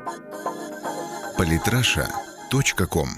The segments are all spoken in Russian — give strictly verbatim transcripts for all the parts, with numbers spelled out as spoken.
политраша точка ком.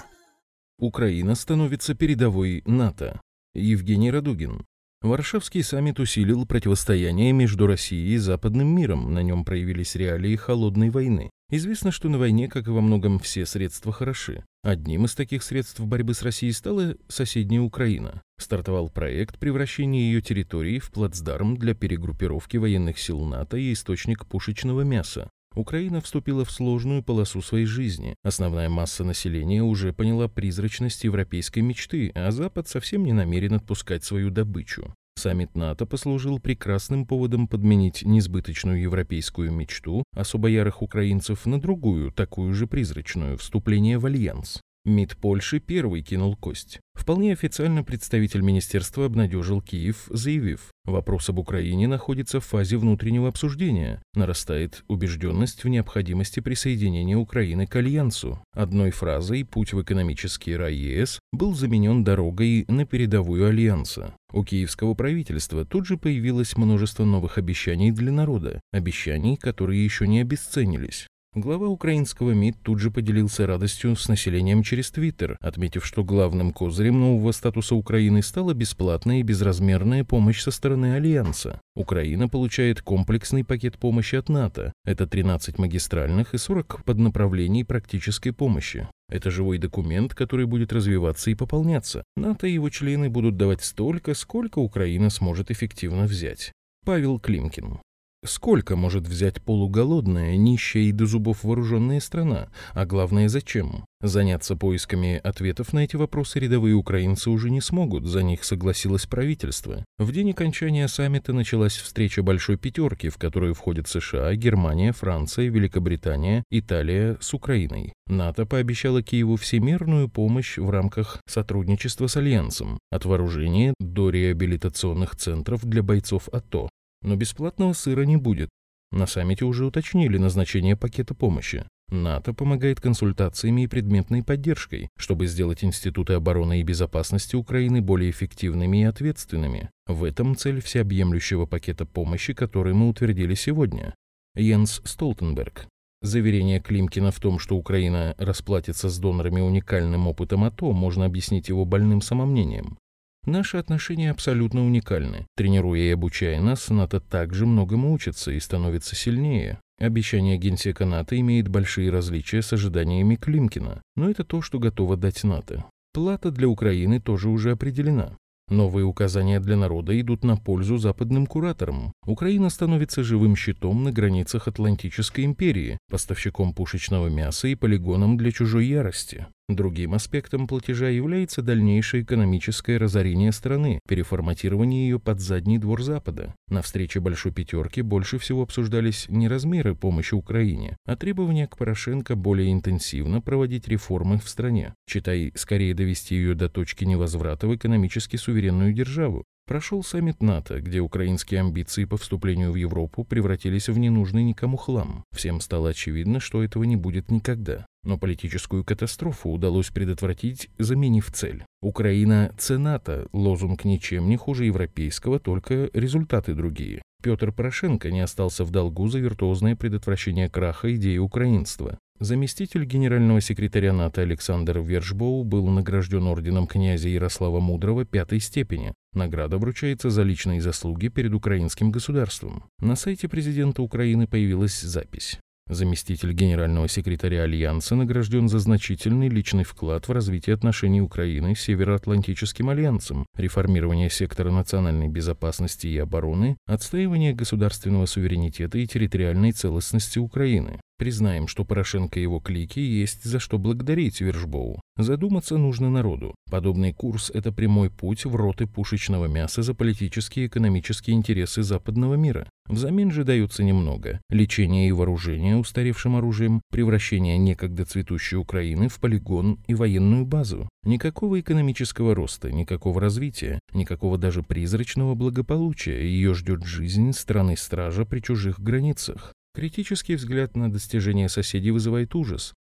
Украина становится передовой НАТО. Евгений Радугин. Варшавский саммит усилил противостояние между Россией и западным миром. На нем проявились реалии холодной войны. Известно, что на войне, как и во многом, все средства хороши. Одним из таких средств борьбы с Россией стала соседняя Украина. Стартовал проект превращения ее территории в плацдарм для перегруппировки военных сил НАТО и источник пушечного мяса. Украина вступила в сложную полосу своей жизни. Основная масса населения уже поняла призрачность европейской мечты, а Запад совсем не намерен отпускать свою добычу. Саммит НАТО послужил прекрасным поводом подменить несбыточную европейскую мечту особо ярых украинцев на другую, такую же призрачную – вступление в альянс. МИД Польши первый кинул кость. Вполне официально представитель министерства обнадежил Киев, заявив: вопрос об Украине находится в фазе внутреннего обсуждения. Нарастает убежденность в необходимости присоединения Украины к альянсу. Одной фразой «путь в экономический рай ЕС» был заменен дорогой на передовую альянса. У киевского правительства тут же появилось множество новых обещаний для народа, обещаний, которые еще не обесценились. Глава украинского МИД тут же поделился радостью с населением через Твиттер, отметив, что главным козырем нового статуса Украины стала бесплатная и безразмерная помощь со стороны Альянса. Украина получает комплексный пакет помощи от НАТО. Это тринадцать магистральных и сорок поднаправлений практической помощи. Это живой документ, который будет развиваться и пополняться. НАТО и его члены будут давать столько, сколько Украина сможет эффективно взять. Павел Климкин. Сколько может взять полуголодная, нищая и до зубов вооруженная страна? А главное, зачем? Заняться поисками ответов на эти вопросы рядовые украинцы уже не смогут, за них согласилось правительство. В день окончания саммита началась встреча Большой Пятерки, в которую входят США, Германия, Франция, Великобритания, Италия с Украиной. НАТО пообещало Киеву всемирную помощь в рамках сотрудничества с Альянсом, от вооружения до реабилитационных центров для бойцов АТО. Но бесплатного сыра не будет. На саммите уже уточнили назначение пакета помощи. НАТО помогает консультациями и предметной поддержкой, чтобы сделать институты обороны и безопасности Украины более эффективными и ответственными. В этом цель всеобъемлющего пакета помощи, который мы утвердили сегодня. Йенс Столтенберг. Заверение Климкина в том, что Украина расплатится с донорами уникальным опытом АТО, можно объяснить его больным самомнением. Наши отношения абсолютно уникальны. Тренируя и обучая нас, НАТО также многому учится и становится сильнее. Обещание генсека НАТО имеет большие различия с ожиданиями Климкина, но это то, что готово дать НАТО. Плата для Украины тоже уже определена. Новые указания для народа идут на пользу западным кураторам. Украина становится живым щитом на границах Атлантической империи, поставщиком пушечного мяса и полигоном для чужой ярости. Другим аспектом платежа является дальнейшее экономическое разорение страны, переформатирование ее под задний двор Запада. На встрече Большой Пятерки больше всего обсуждались не размеры помощи Украине, а требования к Порошенко более интенсивно проводить реформы в стране. Читай, скорее довести ее до точки невозврата в экономически суверенную державу. Прошел саммит НАТО, где украинские амбиции по вступлению в Европу превратились в ненужный никому хлам. Всем стало очевидно, что этого не будет никогда. Но политическую катастрофу удалось предотвратить, заменив цель. «Украина – ценато» – лозунг ничем не хуже европейского, только результаты другие. Петр Порошенко не остался в долгу за виртуозное предотвращение краха идеи украинства. Заместитель генерального секретаря НАТО Александр Вершбоу был награжден орденом князя Ярослава Мудрого пятой степени. Награда вручается за личные заслуги перед украинским государством. На сайте президента Украины появилась запись. Заместитель генерального секретаря Альянса награжден за значительный личный вклад в развитие отношений Украины с Североатлантическим альянсом, реформирование сектора национальной безопасности и обороны, отстаивание государственного суверенитета и территориальной целостности Украины. Признаем, что Порошенко и его клики есть за что благодарить Вершбоу. Задуматься нужно народу. Подобный курс – это прямой путь в роты пушечного мяса за политические и экономические интересы западного мира. Взамен же дается немного. Лечение и вооружение устаревшим оружием, превращение некогда цветущей Украины в полигон и военную базу. Никакого экономического роста, никакого развития, никакого даже призрачного благополучия. Ее ждет жизнь страны-стража при чужих границах. Критический взгляд на достижения соседей вызывает ужас.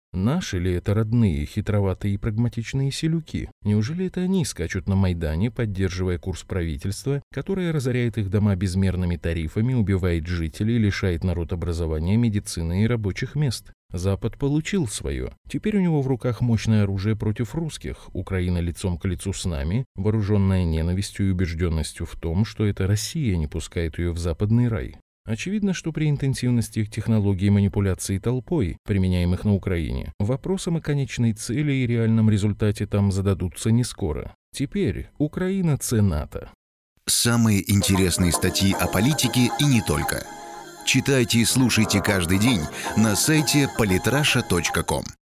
Наши ли это родные, хитроватые и прагматичные селюки? Неужели это они скачут на Майдане, поддерживая курс правительства, которое разоряет их дома безмерными тарифами, убивает жителей, лишает народ образования, медицины и рабочих мест? Запад получил свое. Теперь у него в руках мощное оружие против русских. Украина лицом к лицу с нами, вооруженная ненавистью и убежденностью в том, что это Россия не пускает ее в западный рай. Очевидно, что при интенсивности технологий манипуляции толпой, применяемых на Украине, вопросом о конечной цели и реальном результате там зададутся не скоро. Теперь Украина – це НАТО. Самые интересные статьи о политике и не только. Читайте и слушайте каждый день на сайте политраша точка ком.